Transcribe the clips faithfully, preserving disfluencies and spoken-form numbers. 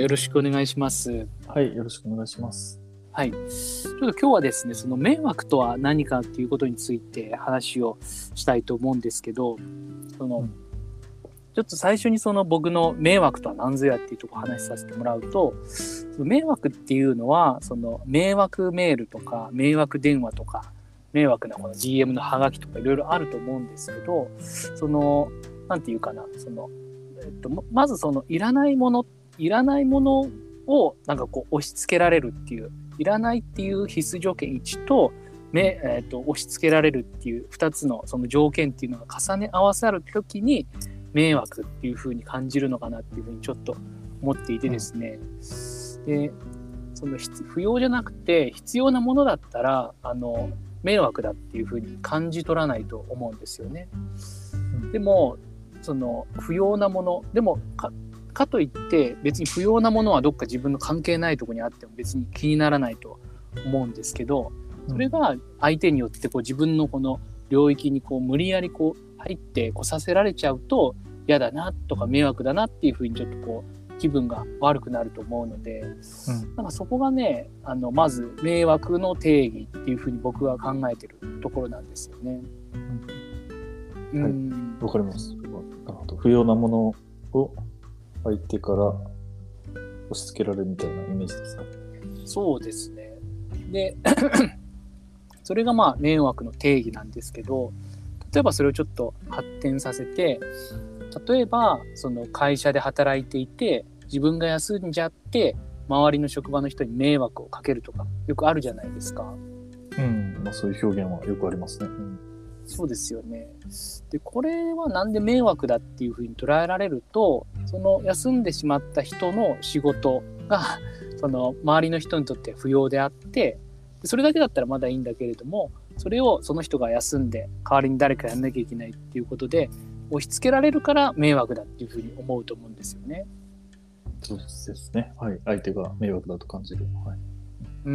よろしくお願いします。 はい、よろしくお願いします。 はい。ちょっと今日はですね、その迷惑とは何かっていうことについて話をしたいと思うんですけど、その、うん、ちょっと最初にその僕の迷惑とは何ぞやっていうところを話させてもらうと、その迷惑っていうのは、その迷惑メールとか迷惑電話とか迷惑なこの ジーエム のハガキとかいろいろあると思うんですけど、その、なんていうかな、その、えっと、まずそのいらないもの、いらないものをなんかこう押し付けられるっていう、いらないっていう必須条件いちと、めえー、と押し付けられるっていうふたつのその条件っていうのが重ね合わさるときに迷惑っていう風に感じるのかなっていうふうにちょっと思っていてですね、うん、でその不要じゃなくて必要なものだったらあの迷惑だっていう風に感じ取らないと思うんですよね。うん、でもその不要なものでもかかといって別に不要なものはどっか自分の関係ないところにあっても別に気にならないと思うんですけど、それが相手によってこう自分のこの領域にこう無理やりこう入ってこさせられちゃうと嫌だなとか迷惑だなっていうふうにちょっとこう気分が悪くなると思うので、うん、なんかそこがねあのまず迷惑の定義っていうふうに僕は考えてるところなんですよね。 うん、はい、わかります。なるほど。不要なものを相手から押し付けられるみたいなイメージですか？ そうですね。でそれがまあ迷惑の定義なんですけど、例えばそれをちょっと発展させて、例えばその会社で働いていて自分が休んじゃって周りの職場の人に迷惑をかけるとかよくあるじゃないですか。 うん、まあ、そういう表現はよくありますね。うん、 そうですよね。でこれはなんで迷惑だっていうふうに捉えられると、その休んでしまった人の仕事がその周りの人にとって不要であって、それだけだったらまだいいんだけれども、それをその人が休んで代わりに誰かやんなきゃいけないっていうことで押し付けられるから迷惑だっていうふうに思うと思うんですよね。 そうですね。はい。相手が迷惑だと感じる。はい。 うん。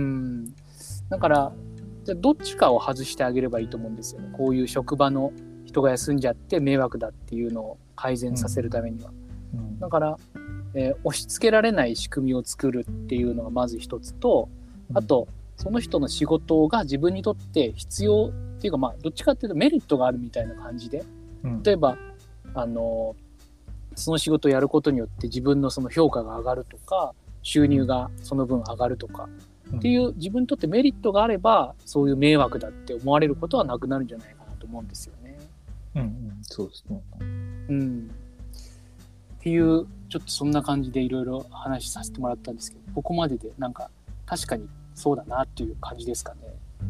だからじゃどっちかを外してあげればいいと思うんですよね。こういう職場の人が休んじゃって迷惑だっていうのを改善させるためには、うんうん、だから、えー、押し付けられない仕組みを作るっていうのがまず一つと、あとその人の仕事が自分にとって必要っていうか、まあどっちかっていうとメリットがあるみたいな感じで、うん、例えばあのその仕事をやることによって自分のその評価が上がるとか収入がその分上がるとかっていう自分にとってメリットがあれば、そういう迷惑だって思われることはなくなるんじゃないかなと思うんですよね。 うんうん、そうですね。 うん。っていうちょっとそんな感じでいろいろ話させてもらったんですけど、ここまででなんか確かにそうだなっていう感じですかね。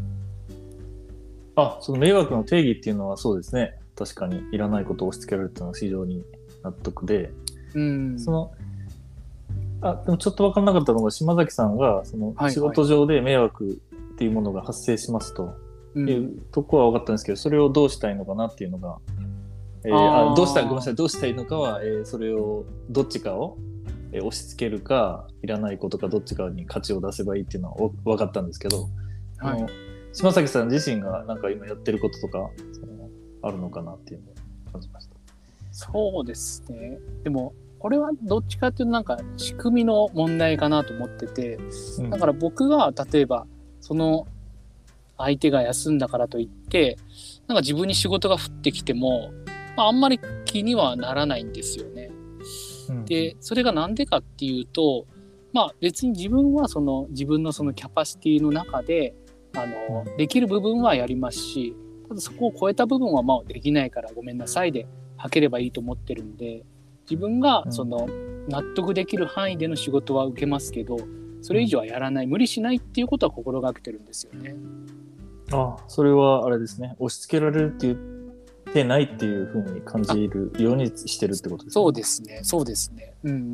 あ、その迷惑の定義っていうのはそうですね。確かにいらないことを押し付けられるっていうのは非常に納得で、うん、そのあでもちょっと分からなかったのが、島崎さんがその仕事上で迷惑っていうものが発生しますというとこは分かったんですけど、それをどうしたいのかなっていうのが、えー、ああどうしたいごめんなさいどうしたいのかは、えー、それをどっちかを、えー、押し付けるかいらないことかどっちかに価値を出せばいいっていうのは分かったんですけど、はい、あの島崎さん自身がなんか今やってることとかそのあるのかなっていうのを感じました。 そうですね。でもこれはどっちかっていうとなんか仕組みの問題かなと思ってて、うん、だから僕が例えばその相手が休んだからといってなんか自分に仕事が降ってきても、まあ、あんまり気にはならないんですよね。うん、でそれがなんでかっていうと、まあ別に自分はその自分のそのキャパシティの中であの、うん、できる部分はやりますし、ただそこを超えた部分はまあできないからごめんなさいで吐ければいいと思ってるんで、自分がその納得できる範囲での仕事は受けますけど、それ以上はやらない、無理しないっていうことは心がけてるんですよね。 あ、それはあれですね。押し付けられるって言ってないっていうふうに感じるようにしてるってことですね。 そうですね。そうですね。うんうんうん。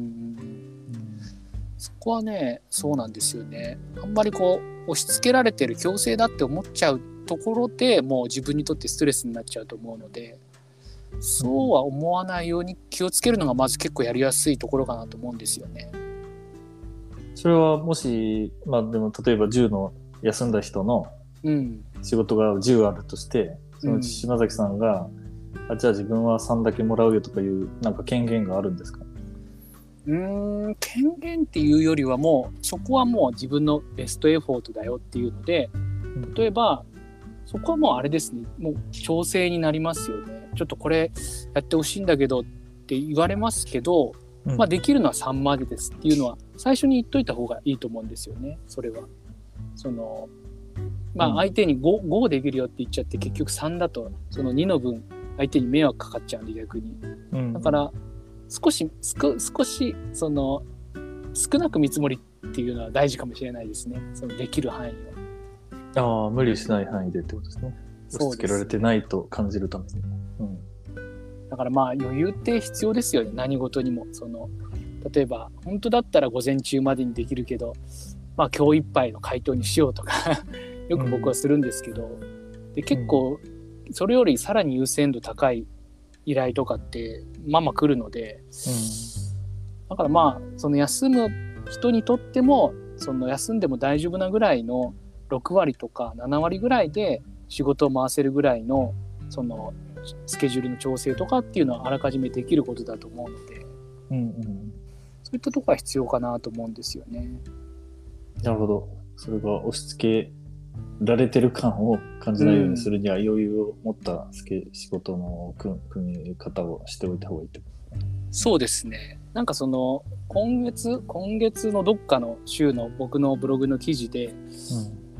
そこはね、そうなんですよね。あんまりこう押し付けられてる強制だって思っちゃうところでもう自分にとってストレスになっちゃうと思うので。そうは思わないように気をつけるのがまず結構やりやすいところかなと思うんですよね。 それはもし、まあでも例えばじゅうの休んだ人の仕事がじゅうあるとして、うん、そのうち島崎さんが、うん、あじゃあ自分はさんだけもらうよとかいうなんか権限があるんですか？ うーん権限っていうよりはもうそこはもう自分のベストエフォートだよっていうので、例えばそこはもうあれですね、もう調整になりますよね。ちょっとこれやってほしいんだけどって言われますけど、うん、まあできるのはさんまでですっていうのは最初に言っといた方がいいと思うんですよね。それはそのまあ相手に ご, ごできるよって言っちゃって結局さんだとそのにの分相手に迷惑かかっちゃうんで逆に、うん、だから少し少しその少なく見積もりっていうのは大事かもしれないですね。そのできる範囲を。ああ、無理しない範囲でってことですね。押し付けられてないと感じるために。うん、 だからまあ余裕って必要ですよね。何事にもその例えば本当だったら午前中までにできるけど、まあ今日いっぱいの回答にしようとかよく僕はするんですけど、うん、で結構それよりさらに優先度高い依頼とかってまあまあ来るので、うん、だからまあその休む人にとってもその休んでも大丈夫なぐらいのろくわりとかななわりぐらいで仕事を回せるぐらいのそのスケジュールの調整とかっていうのはあらかじめできることだと思うので、うんうん、そういったところは必要かなと思うんですよね。 なるほど。それが押し付けられてる感を感じないようにするには余裕を持った仕事の組み方をしておいた方がいいってことですね。 そうですね。なんかその今月今月のどっかの週の僕のブログの記事で、うん、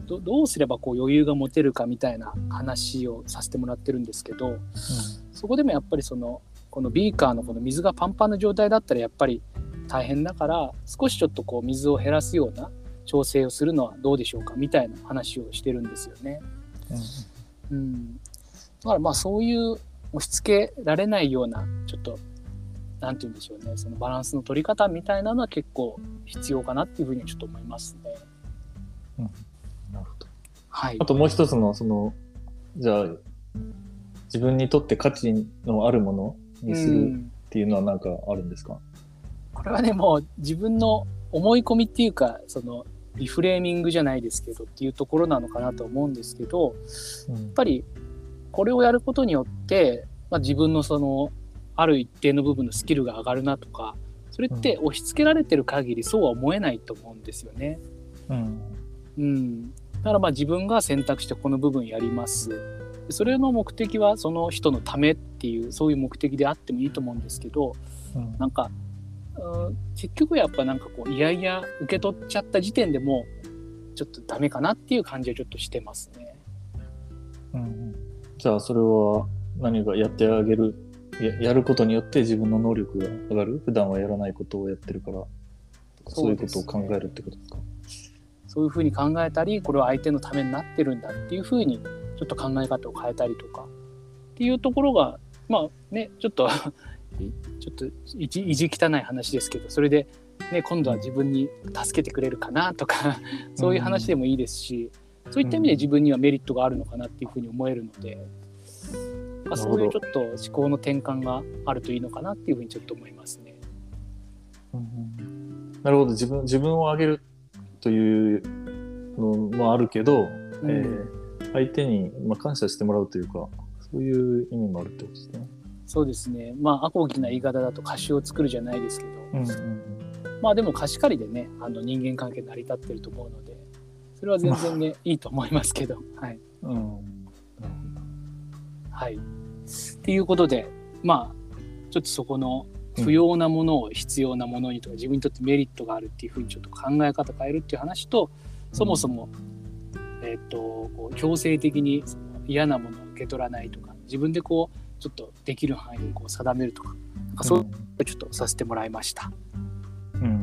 ど, どうすればこう余裕が持てるかみたいな話をさせてもらってるんですけど、うん、そこでもやっぱりそのこのビーカーのこの水がパンパンの状態だったらやっぱり大変だから少しちょっとこう水を減らすような調整をするのはどうでしょうかみたいな話をしてるんですよね。うんうん、だからまあそういう押し付けられないようなちょっとなんて言うんでしょうね、そのバランスの取り方みたいなのは結構必要かなっていうふうにちょっと思いますね。 うん、なるほど。 はい。 あともう一つのそのじゃあ自分にとって価値のあるものにするっていうのは何かあるんですか？ これはねもう自分の思い込みっていうかそのリフレーミングじゃないですけどっていうところなのかなと思うんですけど、うん、やっぱりこれをやることによって、まあ、自分のそのある一定の部分のスキルが上がるなとかそれって押し付けられてる限りそうは思えないと思うんですよね。うんうん、だからまあ自分が選択してこの部分やります。それの目的はその人のためっていうそういう目的であってもいいと思うんですけど、うん、なんか結局やっぱなんかこういやいや受け取っちゃった時点でもうちょっとダメかなっていう感じはちょっとしてますね。 うん、じゃあそれは何かやってあげる や, やることによって自分の能力が上がる？普段はやらないことをやってるからそういうことを考えるってことですか？ そういうふうに考えたりこれは相手のためになってるんだっていうふうにちょっと考え方を変えたりとかっていうところがまあねちょっとちょっと意地、意地汚い話ですけどそれで、ね、今度は自分に助けてくれるかなとかそういう話でもいいですし、うん、そういった意味で自分にはメリットがあるのかなっていうふうに思えるので、うん、そういうちょっと思考の転換があるといいのかなっていうふうにちょっと思いますね。 うん、なるほど。自分、自分を上げるというのもあるけど、うんえー、相手にまあ感謝してもらうというかそういう意味もあるってことですね。 そうですね。まあアコギな言い方だと歌詞を作るじゃないですけど、うんうん、まあでも貸し借りでねあの人間関係成り立ってると思うのでそれは全然ねいいと思いますけどはい、うん、はいっていうことでまあちょっとそこの不要なものを必要なものにとか、うん、自分にとってメリットがあるっていうふうにちょっと考え方変えるっていう話とそもそも、うん、えっとこう強制的にその嫌なものを受け取らないとか自分でこうちょっとできる範囲をこう定めるとか、なんかそういうのちょっとさせてもらいました。 うん、うん、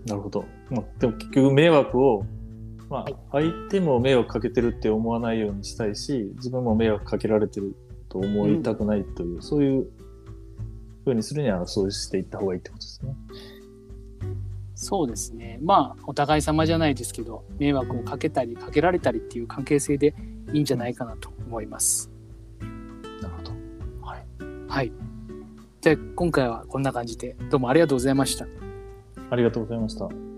なるほど。まあ、でも結局迷惑を、まあ、相手も迷惑かけてるって思わないようにしたいし、自分も迷惑かけられてると思いたくないという、うん、そういう風にするにはそうしていった方がいいってことですね。 そうですね。まあお互い様じゃないですけど、迷惑をかけたりかけられたりっていう関係性でいいんじゃないかなと思います。 なるほど。 はい。じゃあ今回はこんな感じでどうもありがとうございました。 ありがとうございました。